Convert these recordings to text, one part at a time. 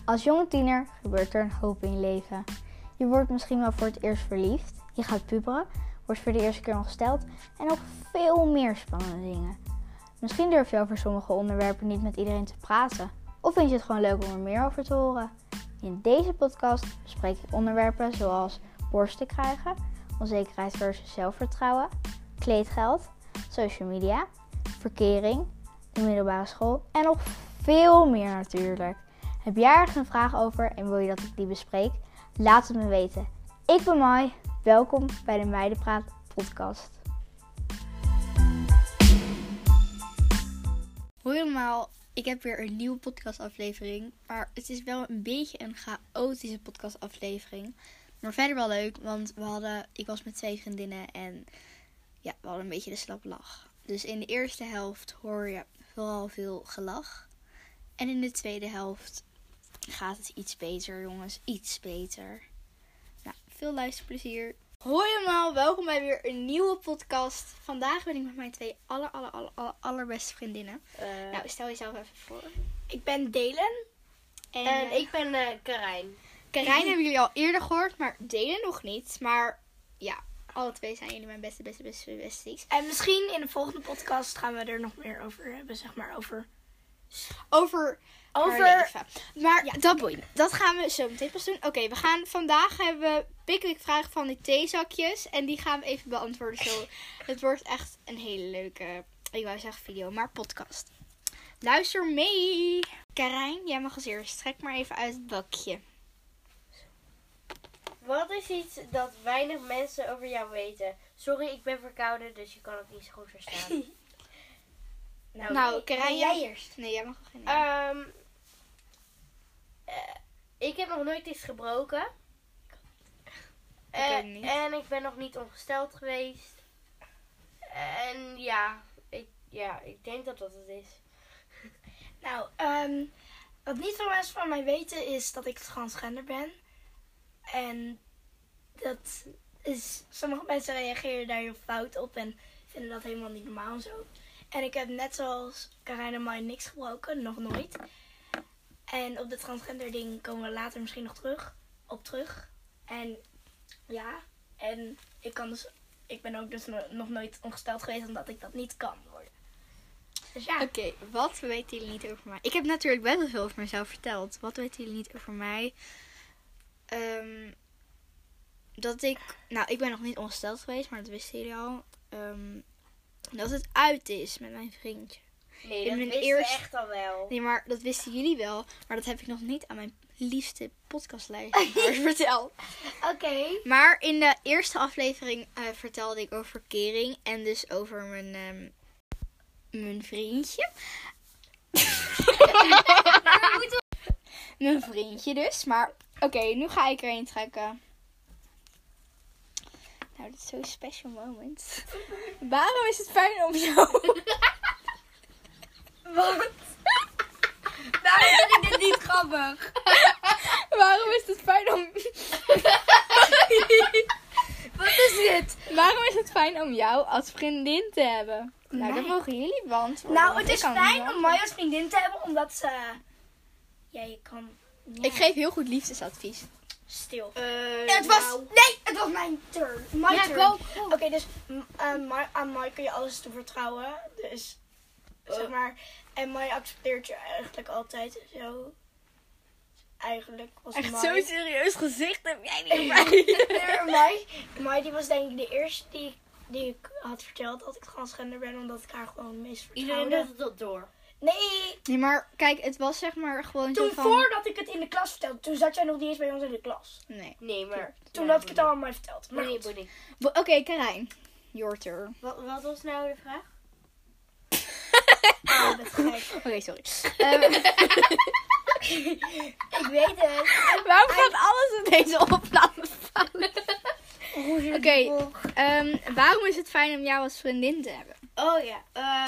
Als jonge tiener gebeurt er een hoop in je leven. Je wordt misschien wel voor het eerst verliefd. Je gaat puberen, wordt voor de eerste keer ongesteld en nog veel meer spannende dingen. Misschien durf je over sommige onderwerpen niet met iedereen te praten. Of vind je het gewoon leuk om er meer over te horen. In deze podcast bespreek ik onderwerpen zoals borsten krijgen, onzekerheid versus zelfvertrouwen, kleedgeld, social media, verkering, de middelbare school en nog veel meer natuurlijk. Heb jij ergens een vraag over en wil je dat ik die bespreek? Laat het me weten. Ik ben Mai. Welkom bij de Meidenpraat podcast. Hoi allemaal. Ik heb weer een nieuwe podcastaflevering. Maar het is wel een beetje een chaotische podcastaflevering. Maar verder wel leuk, want ik was met 2 vriendinnen en ja, we hadden een beetje de slappe lach. Dus in de eerste helft hoor je vooral veel gelach. En in de tweede helft gaat het iets beter, jongens. Iets beter. Nou, veel luisterplezier. Hoi allemaal, welkom bij weer een nieuwe podcast. Vandaag ben ik met mijn 2 allerbeste vriendinnen. Nou, stel jezelf even voor. Ik ben Delen. En ik ben Karijn. Karijn hebben jullie al eerder gehoord, maar Delen nog niet. Maar ja, alle 2 zijn jullie mijn beste besties. En misschien in de volgende podcast gaan we er nog meer over hebben, zeg maar, over haar leven. Maar ja, dat boeit. Dat gaan we zo meteen pas doen. Oké, vandaag hebben we pickwick vragen van die theezakjes. En die gaan we even beantwoorden zo. Het wordt echt een hele leuke, ik wou zeggen video, maar podcast. Luister mee. Karijn, jij mag als eerst. Trek maar even uit het bakje. Wat is iets dat weinig mensen over jou weten? Sorry, ik ben verkouden, dus je kan het niet zo goed verstaan. Nou, Karijn, jij eerst. Nee, jij mag nog geen naam. Ik heb nog nooit iets gebroken. Niet. En ik ben nog niet ongesteld geweest. En ik denk dat dat het is. Nou, wat niet veel mensen van mij weten is dat ik transgender ben. En dat is, sommige mensen reageren daar heel fout op en vinden dat helemaal niet normaal en zo. En ik heb net zoals Karijn en Mai niks gebroken, nog nooit. En op de transgender ding komen we later misschien nog terug. En ja, en ik ben ook dus nog nooit ongesteld geweest omdat ik dat niet kan worden. Dus ja. Oké, wat weten jullie niet over mij? Ik heb natuurlijk best wel veel over mezelf verteld. Wat weten jullie niet over mij? Ik ben nog niet ongesteld geweest, maar dat wisten jullie al. Dat het uit is met mijn vriendje. Nee, dat wisten we echt al wel. Nee, maar dat wisten jullie wel. Maar dat heb ik nog niet aan mijn liefste podcastluisteraars verteld. Oké. Maar in de eerste aflevering vertelde ik over verkering. En dus over mijn vriendje. Mijn vriendje dus. Maar oké, nu ga ik erin trekken. Nou, dit is zo'n special moment. Waarom is het fijn om jou... Wat? Waarom vind ik dit niet grappig? Waarom is het fijn om... Wat is dit? Waarom is het fijn om jou als vriendin te hebben? Nou, dat mogen jullie beantwoorden. Nou, het is fijn om mij als vriendin te hebben, omdat ze... Ja, je kan... Ja. Ik geef heel goed liefdesadvies. Stil. Het was mijn turn. My turn. Go. Oké, dus aan Mai kun je alles toevertrouwen. Dus, zeg maar... En Mai accepteert je eigenlijk altijd zo. Eigenlijk was Echt Mai... zo'n serieus gezicht heb jij niet bij. Mai, die was denk ik de eerste die ik had verteld dat ik transgender ben. Omdat ik haar gewoon misvertrouwde. Iedereen doet het door. Nee. Nee, maar kijk, het was zeg maar gewoon Toen zo van... voordat ik het in de klas vertelde. Toen zat jij nog niet eens bij ons in de klas. Nee. Maar... Toen had ik het al aan mij verteld. Maar Nee, goed. Oké, Karijn. Your turn. Wat was nou de vraag? Oh, dat is gek. Oké, sorry. Ik weet het. Waarom gaat alles in deze opname fout? Oké, waarom is het fijn om jou als vriendin te hebben? Oh ja,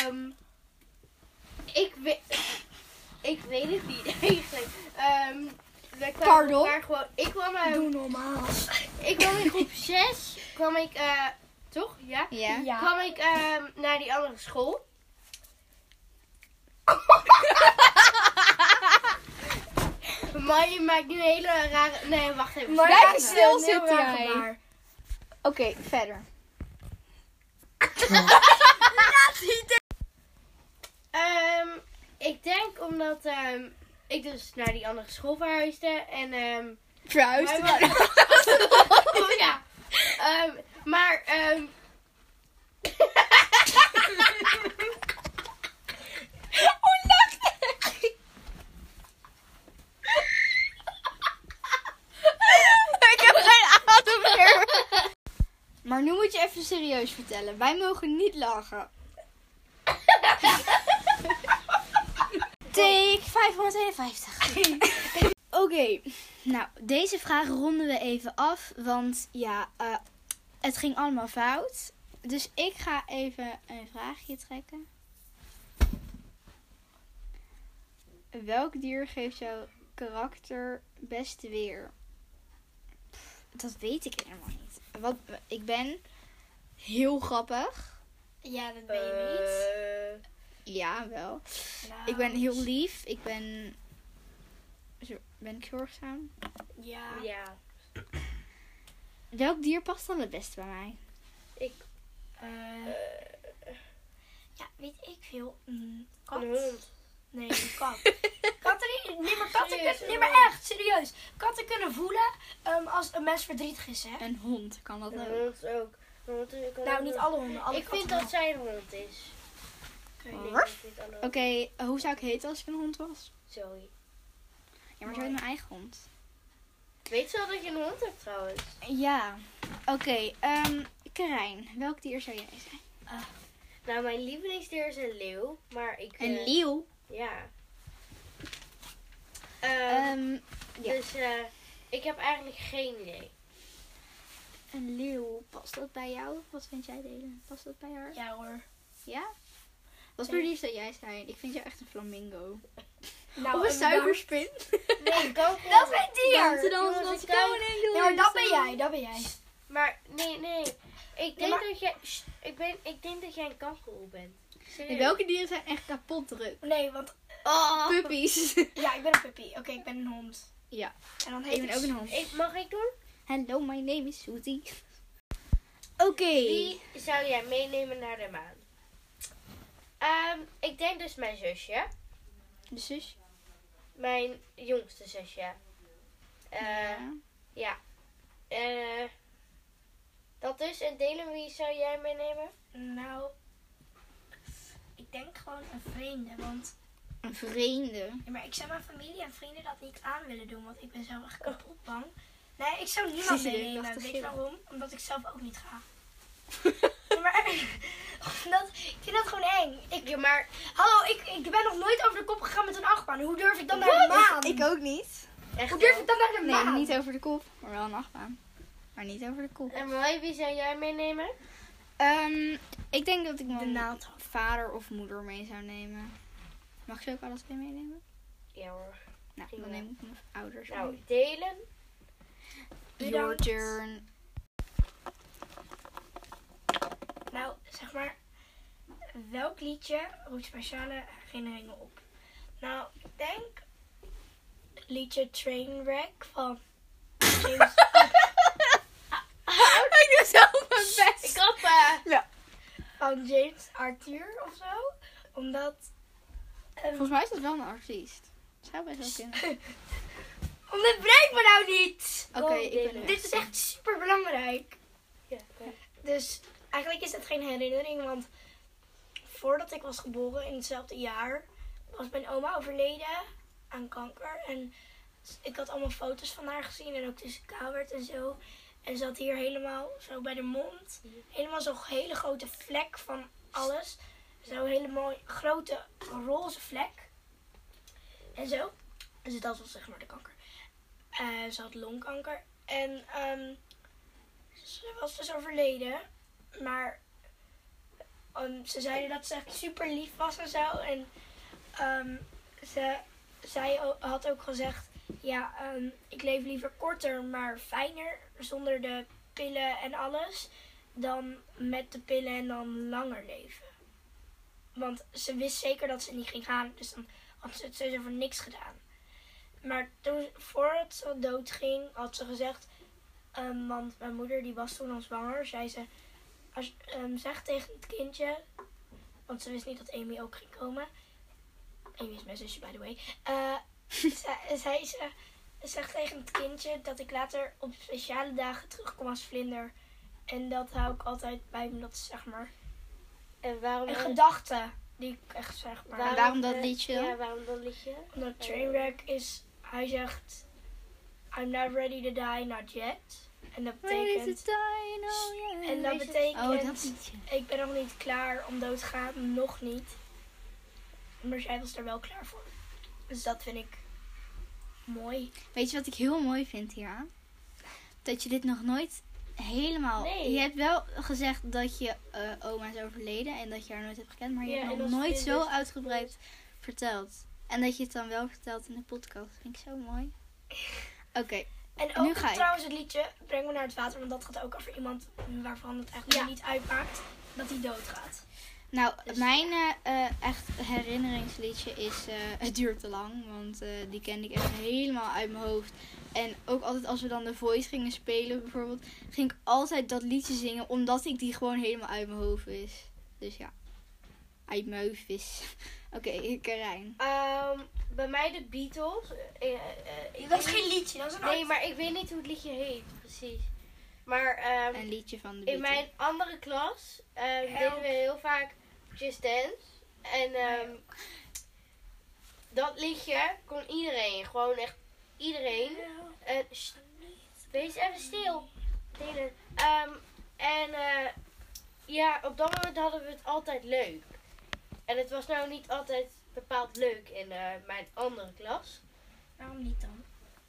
ik weet het niet eigenlijk. We kwamen Pardon? elkaar gewoon... Doe normaal. Ik kwam in groep 6. Toch? Ja? Ja. Kwam ik naar die andere school. Maar je maakt nu een hele rare... Nee, wacht even. Maar Blijf ja, je stil een heel zitten, raar jij. gebaar. Oké, verder. Ik denk omdat ik dus naar die andere school verhuisde. En Verhuisd. oh ja. Maar Hoe lacht hij? Ik heb geen adem meer. Maar nu moet je even serieus vertellen. Wij mogen niet lachen. Take 551. Oké, nou deze vraag ronden we even af. Want ja, het ging allemaal fout. Dus ik ga even een vraagje trekken. Welk dier geeft jouw karakter beste weer? Dat weet ik helemaal niet. Ik ben heel grappig. Ja, dat ben je Ja, wel. niet. Nou, Ik ben heel lief. Ben ik zorgzaam? Ja. ja. Welk dier past dan het beste bij mij? Ja, weet ik veel. Kat. Kat. Nee, een kat. Katten, nee, maar katten Serieus, kunnen, nee, maar echt, serieus. Katten kunnen voelen als een mens verdrietig is, hè? Een hond kan dat Een ook. hond ook. Een hond kan Nou, ook niet doen. alle honden. Alle Ik vind katten dat zij een hond is. wel. Nee, Ruff? ik vind alle Oké, honden. hoe zou ik heten als ik een hond was? Sorry. Ja, maar zo heet mijn eigen hond. Weet je wel dat je een hond hebt trouwens? Ja. Oké, Karijn, welk dier zou jij zijn? Nou, mijn lievelingsdier is een leeuw. Maar ik... Een leeuw? Ja. Ja. Dus ik heb eigenlijk geen idee. Een leeuw, past dat bij jou? Wat vind jij, Delen? Past dat bij haar? Ja hoor. Ja? Wat voor dier zou jij zijn? Ik vind jou echt een flamingo. Nou, Of een suikerspin. Nee, Dat is mijn dier! Dansen, dansen, Jongens, dansen, ik kan- koning, doe Nee, maar je dat ben zo. jij, dat ben jij. Maar nee. Ik denk maar- dat jij... Ik denk dat jij een kangoeroe bent. Serieus. En welke dieren zijn echt kapot druk? Nee, want Puppies. ja, ik ben een puppy. Oké, ik ben een hond. Ja, En dan heet ik ben ook een hond. Mag ik doen? Hello, my name is Suzy. Oké. Wie zou jij meenemen naar de maan? Ik denk dus mijn zusje. De zus. Mijn jongste zusje. Ja. Dat dus. En Delen, wie zou jij meenemen? Nou, ik denk gewoon een vreemde, want... Een vreemde. Ja, maar ik zou mijn familie en vrienden dat niet aan willen doen, want ik ben zelf echt kapot bang. Nee, ik zou niemand Zie je, meenemen. dacht Weet ik. je waarom? Omdat ik zelf ook niet ga. Ja, maar ik vind dat gewoon eng. Ja, maar... Hallo, ik ben nog nooit over de kop gegaan met een achtbaan. Hoe durf ik dan naar de maan? Ik ook niet. Echt Hoe durf wel? ik dan naar de Nee, maan? niet over de kop. Maar wel een achtbaan. Maar niet over de kop. En Mooi, wie zou jij meenemen? Ik denk dat ik De mijn naald. vader of moeder mee zou nemen. Mag ik ze ook alle twee meenemen? Ja hoor. Nou, Prima. dan neem ik mijn ouders mee. Nou, Delen. Your bedankt. turn. Nou, zeg maar, welk liedje roept speciale herinneringen op? Nou, ik denk liedje Trainwreck van James, Ik doe zelf mijn best. Ik hoop... van James Arthur of zo. Omdat... Volgens mij is dat wel een artiest. Zou best wel kunnen. Onderbreek me nou niet! Oké, ik ben Delen. er. Dit is echt super belangrijk. Ja, Dus eigenlijk is het geen herinnering, want voordat ik was geboren in hetzelfde jaar, was mijn oma overleden aan kanker. En ik had allemaal foto's van haar gezien en ook toen ze kaal werd en zo. En ze had hier helemaal, zo bij de mond, helemaal zo'n hele grote vlek van alles. Zo'n hele mooie grote roze vlek. En zo. Dus dat was zeg maar de kanker. Ze had longkanker. En ze was dus overleden. Maar ze zeiden dat ze echt super lief was en zo. En zij had ook gezegd, ja, ik leef liever korter, maar fijner, zonder de pillen en alles, dan met de pillen en dan langer leven. Want ze wist zeker dat ze niet ging gaan, dus dan had ze het sowieso voor niks gedaan. Maar toen, voordat ze doodging, had ze gezegd... want mijn moeder die was toen al zwanger. Zei ze, zeg tegen het kindje... Want ze wist niet dat Amy ook ging komen. Amy is mijn zusje, by the way. Zei ze... Zeg tegen het kindje dat ik later op speciale dagen terugkom als vlinder. En dat hou ik altijd bij me. Dat is zeg maar En waarom... een gedachte die ik echt zeg maar. En waarom dat liedje dan? Ja, waarom dat liedje? Omdat Trainwreck is... Hij zegt... I'm not ready to die, not yet. En dat betekent... En dat betekent... Oh, dat liedje. Ik ben nog niet klaar om dood te gaan. Nog niet. Maar zij was er wel klaar voor. Dus dat vind ik mooi. Weet je wat ik heel mooi vind hieraan? Dat je dit nog nooit helemaal... Nee. Je hebt wel gezegd dat je oma is overleden en dat je haar nooit hebt gekend. Maar je Ja, hebt en nog dat nooit vind zo ik- uitgebreid verteld. En dat je het dan wel vertelt in de podcast. Vind ik zo mooi. Oké. En Nu ook ga ik. trouwens het liedje Breng me naar het water. Want dat gaat ook over iemand waarvan het eigenlijk niet uitmaakt dat hij doodgaat. Nou, Dus- mijn echt herinneringsliedje is Het duurt te lang. Want die kende ik echt helemaal uit mijn hoofd. En ook altijd als we dan The Voice gingen spelen bijvoorbeeld, ging ik altijd dat liedje zingen. Omdat ik die gewoon helemaal uit mijn hoofd wist. Dus ja, uit mijn hoofd wist. Oké, Karijn. Bij mij de Beatles. Dat is geen liedje, dat is een Nee, maar ik weet niet hoe het liedje heet, precies. Maar Een liedje van de in Beatles. mijn andere klas deden we heel vaak Just Dance. En dat liedje kon iedereen, gewoon echt iedereen. Wees even stil. Dylan. Ja, op dat moment hadden we het altijd leuk. En het was nou niet altijd bepaald leuk in mijn andere klas. Waarom niet dan?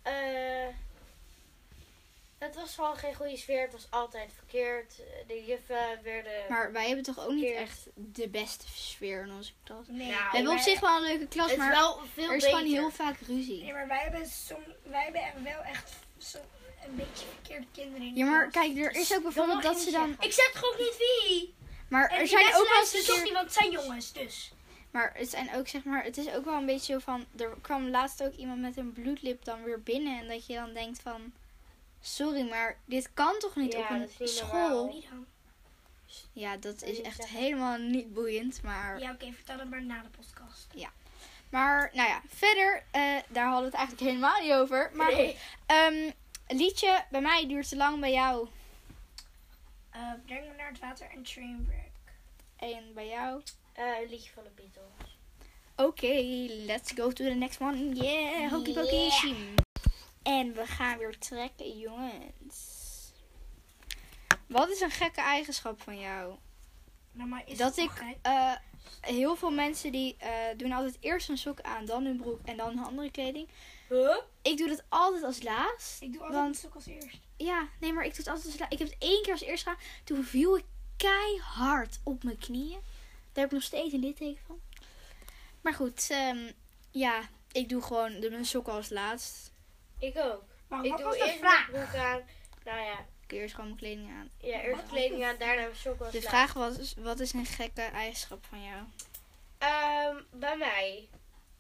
Het was gewoon geen goede sfeer. Het was altijd verkeerd. De juffen werden... Maar wij hebben toch ook niet Verkeerd. echt de beste sfeer in onze klas. We Nee. Nou, hebben op zich wel een leuke klas, het is maar wel veel er is beter. gewoon heel vaak ruzie. Nee, maar wij hebben echt wel echt een beetje verkeerde kinderen in de Ja, maar klas. kijk, er is ook bijvoorbeeld dat ze dan... Ik zeg toch ook niet wie? Maar En er die zijn mensen ook wel eens luisteren een toch keer... niet, want het zijn jongens, dus. Maar het zijn ook, zeg maar, het is ook wel een beetje zo van... Er kwam laatst ook iemand met een bloedlip dan weer binnen. En dat je dan denkt van... Sorry, maar dit kan toch niet Ja, op een dat is niet school? normaal. Wie dan? Ja, dat Zou is je echt zeggen? helemaal niet boeiend. Maar, Ja, oké, vertel het maar na de podcast. maar nou ja, verder, daar hadden we het eigenlijk helemaal niet over. Maar Nee. goed, liedje bij mij duurt te lang, bij jou Breng me naar het water en Trainwreck. en bij jou. Een liedje van de Beatles. Oké, let's go to the next one. Yeah, hokey pokey Yeah. shim. En we gaan weer trekken, jongens. Wat is een gekke eigenschap van jou? Nou, maar is Dat het ik, toch gek? heel veel mensen die doen altijd eerst een sok aan, dan hun broek en dan hun andere kleding. Huh? Ik doe dat altijd als laatst. Ik doe altijd want- het ook als eerst. Ja, nee, maar ik doe het altijd als laatst. Ik heb het 1 keer als eerst gedaan. Toen viel ik keihard op mijn knieën. Daar heb ik nog steeds een litteken van. Maar goed, ja, ik doe gewoon mijn sokken als laatst. Ik ook. Maar Ik wat doe was de eerst mijn vraag? broek aan. Nou ja, Ik doe eerst gewoon mijn kleding aan. eerst Wat kleding was aan, daarna mijn sokken als De laatste. vraag was, wat is een gekke eigenschap van jou? Bij mij.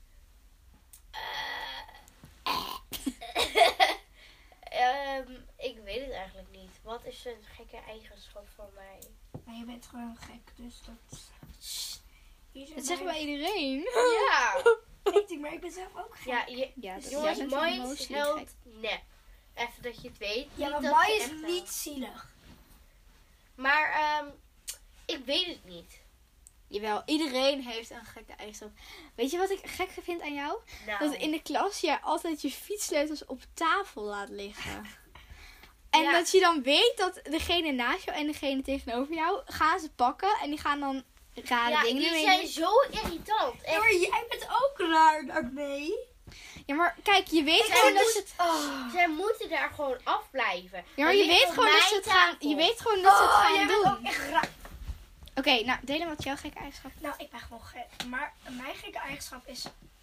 Ik weet het eigenlijk niet. Wat is een gekke eigenschap van mij? Maar je bent gewoon gek, dus dat... Hier zijn Dat zeggen wij- bij iedereen. Ja, Weet ik, maar ik ben zelf ook gek. ja, Ja, dat, jongens, jij bent wel mind mostly held gek. nep. Even dat je het weet. Ja, Niet maar dat mij je is echt niet zielig. Maar ik weet het niet. Jawel, iedereen heeft een gekke eigenschap. Weet je wat ik gek vind aan jou? Nou, Dat in de klas jij altijd je fietssleutels op tafel laat liggen. En Ja. dat je dan weet dat degene naast jou en degene tegenover jou gaan ze pakken. En die gaan dan rare ja, dingen die ermee zijn doen. zo irritant. Ja, Echt. maar jij bent ook raar daarmee. Ja, maar kijk, je weet En gewoon dat moet- ze het... Zij moeten daar gewoon afblijven. Ja, maar Dat je ligt weet op gewoon dat mijn ze het gaan... tafel. Je weet gewoon dat ze het Oh, jij gaan bent doen. ook echt raar. Oké, nou, delen wat jouw gekke eigenschap. Nou, ik ben gewoon gek. Maar mijn gekke eigenschap is...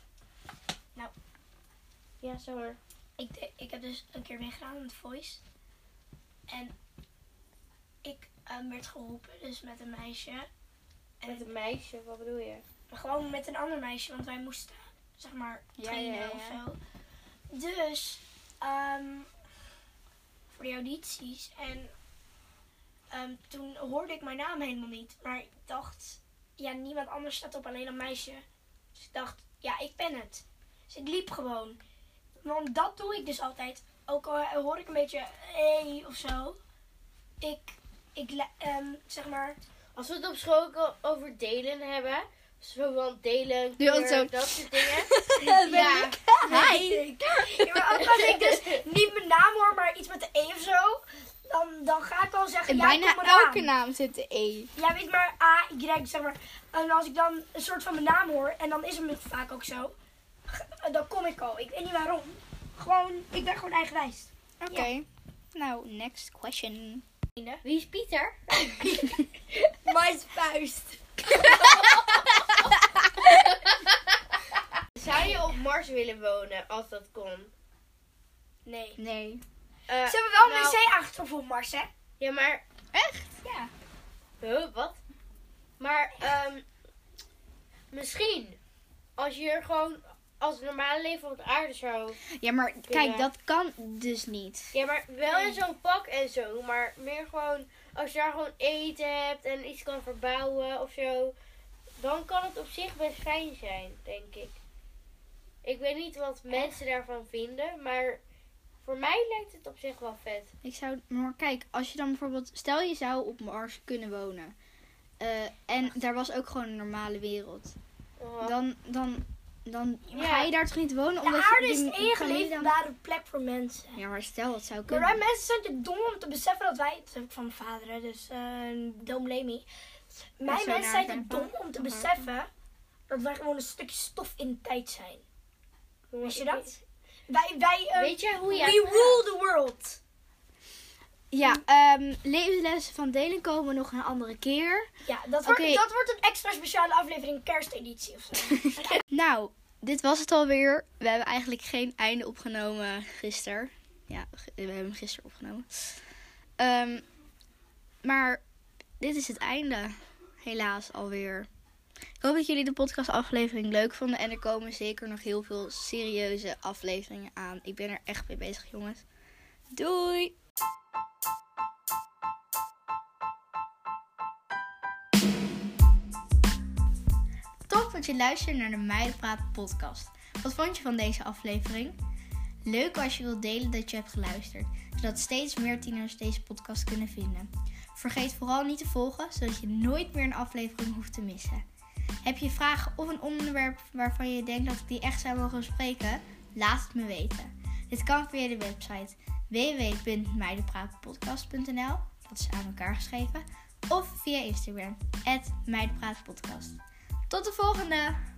Ja, zo hoor. Ik heb dus een keer meegedaan met Voice. En ik werd geholpen dus met een meisje. En Met een meisje, wat bedoel je? gewoon met een ander meisje, want wij moesten zeg maar Ja, trainen ja, ja. of zo. Dus, voor die audities. En toen hoorde ik mijn naam helemaal niet. Maar ik dacht, ja, niemand anders staat op, alleen een meisje. Dus ik dacht, ja, ik ben het. Dus ik liep gewoon. Want dat doe ik dus altijd. Ook al hoor ik een beetje, of zo. Zeg maar... Als we het op school ook over delen hebben. Zo van delen, Doe het kleur, zo. dat soort dingen. Ja. Hi. Ja, maar ook als ik dus niet mijn naam hoor, maar iets met de E of zo. Dan ga ik al zeggen, En ja, bijna kom eraan. elke naam zit de E. Ja, weet maar A, Y, zeg maar. En als ik dan een soort van mijn naam hoor, en dan is het vaak ook zo. Dan kom ik al. Ik weet niet waarom. Gewoon, ik ben gewoon eigenwijs. Oké. Nou, next question. Wie is Pieter? Mijn vuist. Zou je op Mars willen wonen als dat kon? Nee. Nee. Ze hebben wel een nou, wc aangetroffen op Mars, hè? Ja, maar... Echt? Ja. Wat? Maar, misschien. Als je er gewoon als normale leven op de aarde zou... Ja, maar kijk, dat kan dus niet. Ja, maar wel in zo'n pak en zo. Maar meer gewoon, als je daar gewoon eten hebt en iets kan verbouwen of zo. Dan kan het op zich best fijn zijn, denk ik. Ik weet niet wat mensen daarvan vinden, maar voor mij lijkt het op zich wel vet. Maar kijk, als je dan bijvoorbeeld, stel je zou op Mars kunnen wonen. En daar was ook gewoon een normale wereld. Oh. Dan Ja. ga je daar toch niet wonen? De Omdat aarde je is de kan enige je dan- leefbare plek voor mensen. Ja, maar stel, dat zou Maar kunnen. wij mensen zijn te dom om te beseffen dat wij... Dat heb ik van mijn vader, hè, dus don't blame me. Wij zo mensen naar zijn zijn te dom vader. om te beseffen dat wij gewoon een stukje stof in de tijd zijn. Wist je dat? Weet jij hoe je... We rule the world. Ja, levenslessen van delen komen nog een andere keer. Ja, dat Oké. wordt een extra speciale aflevering, kersteditie of zo. Nou, dit was het alweer. We hebben eigenlijk geen einde opgenomen gisteren. Ja, we hebben hem gisteren opgenomen. Maar dit is het einde. Helaas alweer. Ik hoop dat jullie de podcastaflevering leuk vonden. En er komen zeker nog heel veel serieuze afleveringen aan. Ik ben er echt mee bezig, jongens. Doei! Top dat je luistert naar de Meidenpraat podcast. Wat vond je van deze aflevering? Leuk als je wilt delen dat je hebt geluisterd, zodat steeds meer tieners deze podcast kunnen vinden. Vergeet vooral niet te volgen, zodat je nooit meer een aflevering hoeft te missen. Heb je vragen of een onderwerp waarvan je denkt dat ik die echt zou mogen bespreken? Laat het me weten. Dit kan via de website www.meidenpraatpodcast.nl, dat is aan elkaar geschreven, of via Instagram @meidenpraatpodcast. Tot de volgende!